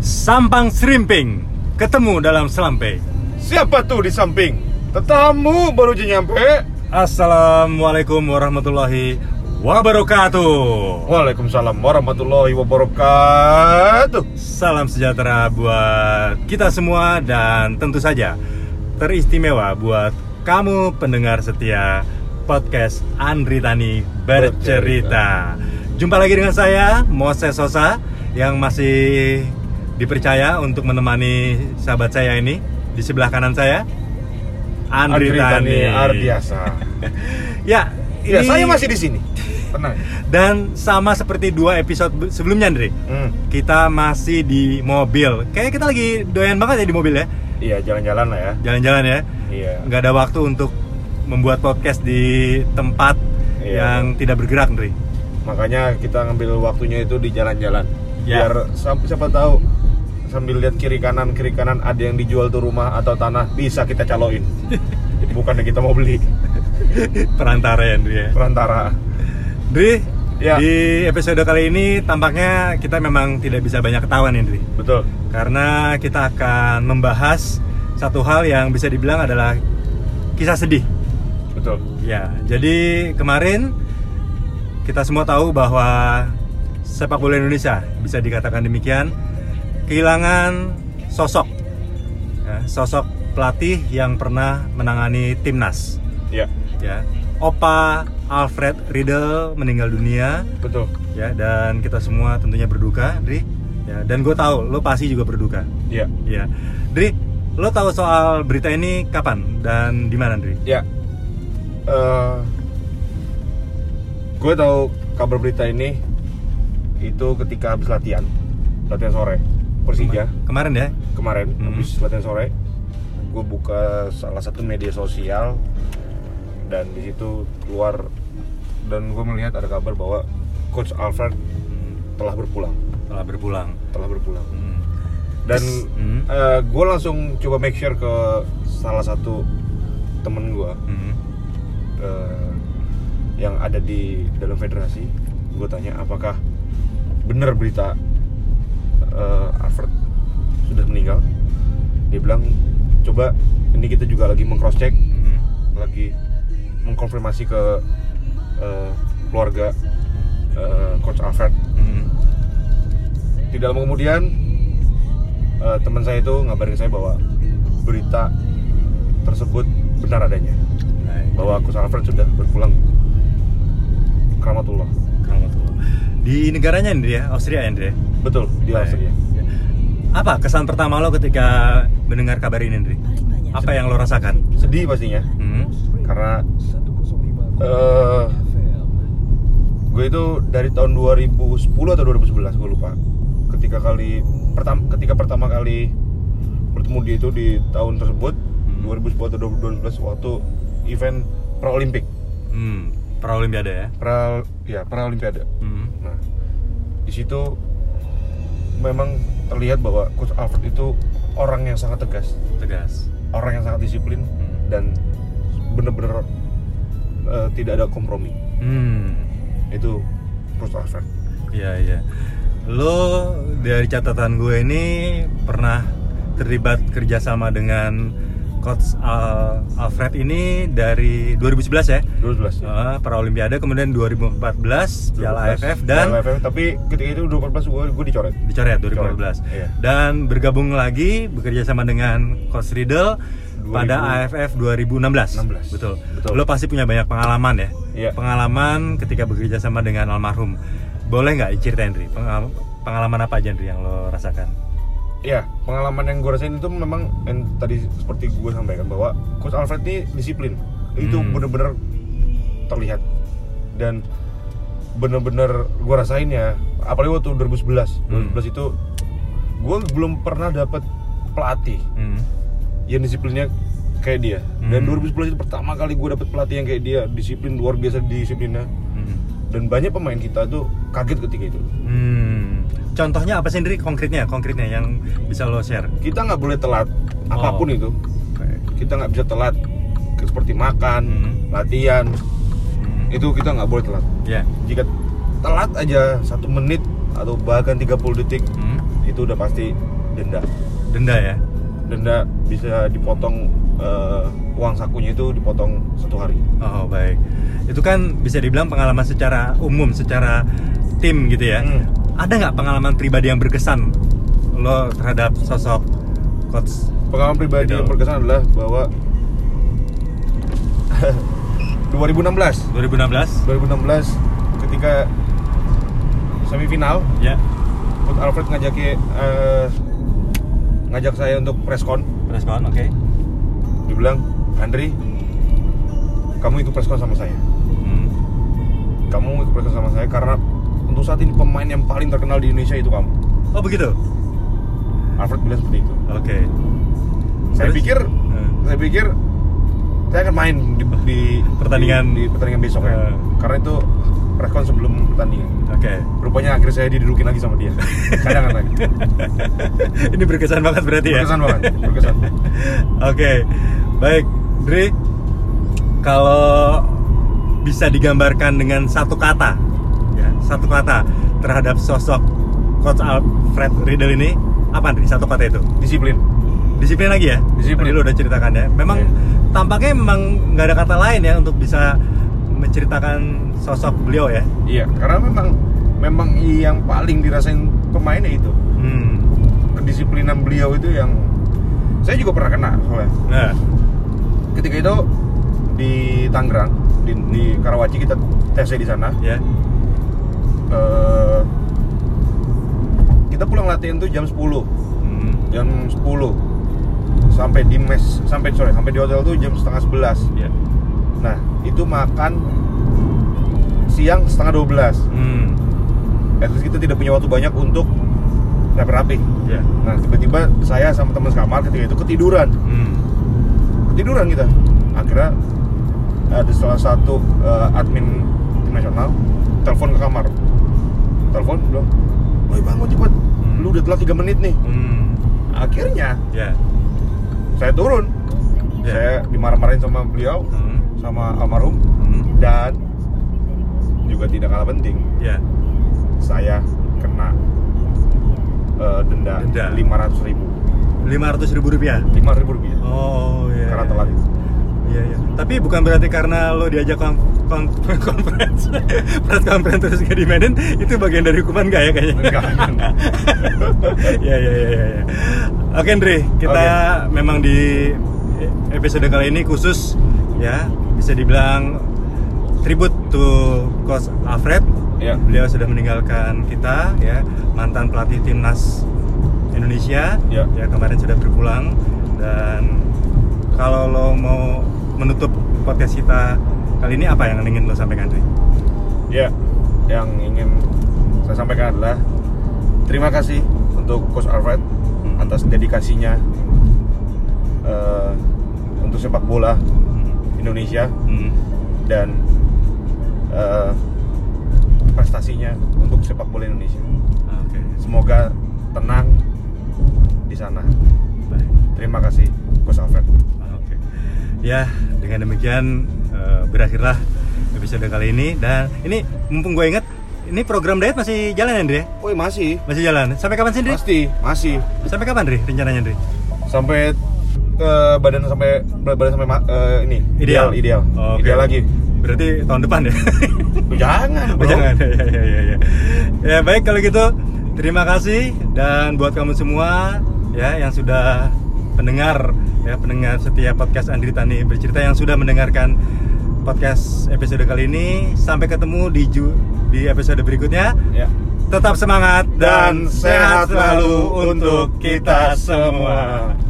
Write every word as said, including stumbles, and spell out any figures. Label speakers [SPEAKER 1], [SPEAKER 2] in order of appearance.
[SPEAKER 1] Sampang Serimping ketemu dalam selampe.
[SPEAKER 2] Siapa tuh di samping? Tetamu baru aja nyampe.
[SPEAKER 1] Assalamualaikum warahmatullahi wabarakatuh.
[SPEAKER 2] Waalaikumsalam warahmatullahi wabarakatuh.
[SPEAKER 1] Salam sejahtera buat kita semua dan tentu saja teristimewa buat kamu pendengar setia podcast Andri Tani Bercerita. Jumpa lagi dengan saya Moses Sosa yang masih dipercaya untuk menemani sahabat saya ini. Di sebelah kanan saya Andri, Andri Tani, Tani
[SPEAKER 2] Ardiasa.
[SPEAKER 1] Ya,
[SPEAKER 2] ya,
[SPEAKER 1] ini...
[SPEAKER 2] saya masih di sini. Tenang.
[SPEAKER 1] Dan sama seperti dua episode sebelumnya, Andri. Hmm. Kita masih di mobil. Kayaknya kita lagi doyan banget ya di mobil ya.
[SPEAKER 2] Iya, jalan-jalan lah ya.
[SPEAKER 1] Jalan-jalan ya.
[SPEAKER 2] Iya.
[SPEAKER 1] Nggak ada waktu untuk membuat podcast di tempat iya. yang tidak bergerak, Andri.
[SPEAKER 2] Makanya kita ngambil waktunya itu di jalan-jalan.
[SPEAKER 1] Ya.
[SPEAKER 2] Biar siapa tahu sambil lihat kiri kanan kiri kanan ada yang dijual tuh rumah atau tanah bisa kita caloin. Bukannya kita mau beli.
[SPEAKER 1] Perantara ya, Andri ya.
[SPEAKER 2] Perantara.
[SPEAKER 1] Dri,
[SPEAKER 2] ya.
[SPEAKER 1] Di episode kali ini tampaknya kita memang tidak bisa banyak ketawa nih, Dri.
[SPEAKER 2] Betul.
[SPEAKER 1] Karena kita akan membahas satu hal yang bisa dibilang adalah kisah sedih.
[SPEAKER 2] Betul.
[SPEAKER 1] Ya, jadi kemarin kita semua tahu bahwa sepak bola Indonesia bisa dikatakan demikian kehilangan sosok, ya, sosok pelatih yang pernah menangani timnas.
[SPEAKER 2] Ya.
[SPEAKER 1] Ya. Opa Alfred Riedel meninggal dunia.
[SPEAKER 2] Betul.
[SPEAKER 1] Ya, dan kita semua tentunya berduka, Dri. Ya, dan gue tahu lo pasti juga berduka.
[SPEAKER 2] Iya.
[SPEAKER 1] Ya. Dri, lo tahu soal berita ini kapan dan di mana, Dri?
[SPEAKER 2] Ya. Uh, gue tahu kabar berita ini itu ketika habis latihan, latihan sore Persija.
[SPEAKER 1] Kemarin ya?
[SPEAKER 2] Kemarin
[SPEAKER 1] mm-hmm.
[SPEAKER 2] habis latihan sore, gue buka salah satu media sosial. Dan di situ keluar dan gue melihat ada kabar bahwa Coach Alfred hmm. telah berpulang.
[SPEAKER 1] Telah berpulang.
[SPEAKER 2] Telah berpulang.
[SPEAKER 1] Hmm.
[SPEAKER 2] Dan
[SPEAKER 1] hmm.
[SPEAKER 2] uh, gue langsung coba make sure ke salah satu temen gue hmm. uh, yang ada di dalam federasi. Gue tanya apakah benar berita uh, Alfred sudah meninggal. Dia bilang coba ini kita juga lagi meng-cross check, hmm. lagi mengkonfirmasi ke uh, keluarga uh, Coach Alfred. Mm-hmm. Tidak lama kemudian uh, teman saya itu ngabarin saya bahwa berita tersebut benar adanya, nah, bahwa Coach Alfred sudah berpulang. Keramatullah.
[SPEAKER 1] Keramatullah. Di negaranya Andri ya, Austria Andri.
[SPEAKER 2] Betul, di
[SPEAKER 1] nah,
[SPEAKER 2] Austria.
[SPEAKER 1] Apa kesan pertama lo ketika mendengar kabar ini, Andri? Apa yang lo rasakan?
[SPEAKER 2] Sedih pastinya. Hmm. Karena uh, gue itu dari tahun dua ribu sepuluh atau dua ribu sebelas gue lupa. Ketika kali pertama ketika pertama kali bertemu dia itu di tahun tersebut, hmm. dua ribu sepuluh atau dua ribu sebelas waktu event Paralimpik.
[SPEAKER 1] Hmm, Paralimpiade ya.
[SPEAKER 2] Pra ya, Paralimpiade. Hmm. Nah, di situ memang terlihat bahwa Coach Alfred itu orang yang sangat tegas.
[SPEAKER 1] Tegas.
[SPEAKER 2] Orang yang sangat disiplin hmm. dan bener-bener uh, tidak ada kompromi. Hmm. Itu Coach Alfred.
[SPEAKER 1] Iya iya. Lo dari catatan gue ini pernah terlibat kerjasama dengan Coach Al- Alfred ini dari dua ribu sebelas ya?
[SPEAKER 2] dua ribu sebelas.
[SPEAKER 1] Uh, Paralimpiade, kemudian dua ribu empat belas Piala A F F dan
[SPEAKER 2] Piala A F F, tapi ketika itu dua ribu empat belas gue, gue dicoret.
[SPEAKER 1] Dicoret dua ribu empat belas. Iya. Dan bergabung lagi bekerja sama dengan Coach Riedel pada A F F dua ribu enam belas.
[SPEAKER 2] enam belas.
[SPEAKER 1] Betul.
[SPEAKER 2] Betul.
[SPEAKER 1] Lo pasti punya banyak pengalaman ya?
[SPEAKER 2] Iya.
[SPEAKER 1] Pengalaman ketika bekerja sama dengan almarhum. Boleh nggak ceritain, Andri? Pengal- pengalaman apa aja, Andri, yang lo rasakan?
[SPEAKER 2] Ya, pengalaman yang gue rasain itu memang yang tadi seperti gue sampaikan bahwa Coach Alfred ini disiplin. Itu hmm. bener-bener terlihat. Dan bener-bener gue rasain ya, apalagi waktu dua ribu sebelas. Hmm. dua ribu sebelas itu gue belum pernah dapet pelatih hmm. yang disiplinnya kayak dia. Dan hmm. dua ribu sebelas itu pertama kali gue dapet pelatih yang kayak dia, disiplin, luar biasa disiplinnya. Hmm. Dan banyak pemain kita tuh kaget ketika itu. Hmm.
[SPEAKER 1] Contohnya apa sih, Andri? Konkretnya, konkretnya yang bisa lo share?
[SPEAKER 2] Kita nggak boleh telat apapun oh. itu. Kita nggak bisa telat seperti makan, hmm. latihan. Hmm. Itu kita nggak boleh telat.
[SPEAKER 1] Yeah.
[SPEAKER 2] Jika telat aja satu menit atau bahkan tiga puluh detik, hmm. itu udah pasti denda.
[SPEAKER 1] Denda ya?
[SPEAKER 2] Denda bisa dipotong, uh, uang sakunya itu dipotong satu hari.
[SPEAKER 1] Oh baik. Itu kan bisa dibilang pengalaman secara umum, secara tim gitu ya. Hmm. Ada nggak pengalaman pribadi yang berkesan lo terhadap sosok coach?
[SPEAKER 2] Pengalaman pribadi gitu yang berkesan adalah bahwa dua ribu enam belas
[SPEAKER 1] dua ribu enam belas
[SPEAKER 2] dua ribu enam belas ketika semifinal,
[SPEAKER 1] ya,
[SPEAKER 2] Coach Alfred ngajak uh, ngajak saya untuk preskon.
[SPEAKER 1] Preskon, oke. Okay.
[SPEAKER 2] Dia bilang, Andri, kamu ikut preskon sama saya. Hmm. Kamu ikut preskon sama saya karena untuk saat ini pemain yang paling terkenal di Indonesia itu kamu.
[SPEAKER 1] Oh begitu?
[SPEAKER 2] Alfred bilang seperti itu.
[SPEAKER 1] Oke. Okay.
[SPEAKER 2] Saya Terus? pikir, hmm. saya pikir saya akan main di, di
[SPEAKER 1] pertandingan
[SPEAKER 2] di, di pertandingan besok uh. ya. Karena itu preskon sebelum pertandingan.
[SPEAKER 1] Oke. Okay.
[SPEAKER 2] Rupanya akhirnya saya didudukin lagi sama dia. Cadangan lagi.
[SPEAKER 1] Ini berkesan banget berarti ya?
[SPEAKER 2] Berkesan banget, berkesan.
[SPEAKER 1] Oke, okay. Baik, Dri. Kalau bisa digambarkan dengan satu kata, ya, satu kata terhadap sosok Coach Alfred Riedel ini, apa nih satu kata itu?
[SPEAKER 2] Disiplin.
[SPEAKER 1] Disiplin lagi ya?
[SPEAKER 2] Disiplin.
[SPEAKER 1] Tadi lu udah ceritakan ya. Memang yeah. Tampaknya memang nggak ada kata lain ya untuk bisa menceritakan sosok beliau ya.
[SPEAKER 2] Iya, karena memang memang yang paling dirasain pemainnya itu. Hmm. Kedisiplinan beliau itu yang saya juga pernah kena soalnya. Nah. Ketika itu di Tangerang, di, di Karawaci kita tesnya di sana. Ya. Yeah. Uh, kita pulang latihan tuh jam sepuluh. Hmm. Jam sepuluh. Sampai di mes, sampai sorry, sampai di hotel tuh jam setengah sebelas. Yeah. Nah, itu makan siang setengah dua belas. Hmm. At least kita tidak punya waktu banyak untuk rapi-rapi. Yeah. Nah, tiba-tiba saya sama teman sekamar ketika itu ketiduran. Hmm. Ketiduran kita. Akhirnya ada salah satu uh, admin tim nasional telepon ke kamar. Telepon bilang, "Woi, bangun cepat. Hmm. Lu udah telat tiga menit nih." Hmm. Akhirnya, yeah. saya turun. Yeah. Saya dimarah-marahin sama beliau. Hmm. Sama almarhum, hmm. dan juga tidak kalah penting, yeah. saya kena uh, denda, denda lima ratus ribu.
[SPEAKER 1] Lima ratus ribu rupiah.
[SPEAKER 2] Lima ribu rupiah.
[SPEAKER 1] Oh iya.
[SPEAKER 2] Karena
[SPEAKER 1] iya.
[SPEAKER 2] telat itu.
[SPEAKER 1] Iya iya. Tapi bukan berarti karena lo diajak kon kon conference, press conference terus gak dimainin, itu bagian dari hukuman gak ya kayaknya?
[SPEAKER 2] Enggak.
[SPEAKER 1] Iya iya iya. Ya. Oke Andri, kita okay. memang di episode kali ini khusus ya. Bisa dibilang tribute to Coach Alfred. Ya. Beliau sudah meninggalkan kita ya, mantan pelatih timnas Indonesia. Ya. Ya kemarin sudah berpulang. Dan kalau lo mau menutup podcast kita kali ini, apa yang ingin lo sampaikan, Dri?
[SPEAKER 2] Ya, yang ingin saya sampaikan adalah terima kasih untuk Coach Alfred hmm. atas dedikasinya uh, untuk sepak bola Indonesia hmm. dan uh, prestasinya untuk sepak bola Indonesia. Okay. Semoga tenang di sana. Baik. Terima kasih Coach Alfred.
[SPEAKER 1] Okay. Ya, dengan demikian uh, berakhirlah episode kali ini. Dan ini mumpung gue inget, ini program diet masih jalan ya, Andre?
[SPEAKER 2] Oh masih.
[SPEAKER 1] Masih jalan. Sampai kapan sih, Andre?
[SPEAKER 2] Pasti, masih.
[SPEAKER 1] Sampai kapan, Andre? Rencananya, Andre?
[SPEAKER 2] Sampai ke badan sampai badan sampai uh, ini
[SPEAKER 1] ideal
[SPEAKER 2] ideal, ideal.
[SPEAKER 1] Oh, okay.
[SPEAKER 2] Ideal lagi.
[SPEAKER 1] Berarti tahun depan ya?
[SPEAKER 2] Jangan, bro.
[SPEAKER 1] Jangan. Ya, ya, ya, ya. Ya baik kalau gitu, terima kasih. Dan buat kamu semua ya yang sudah pendengar ya pendengar setiap podcast Andri Tani Bercerita, yang sudah mendengarkan podcast episode kali ini, sampai ketemu di ju di episode berikutnya. Ya. Tetap semangat dan, dan sehat selalu untuk kita semua.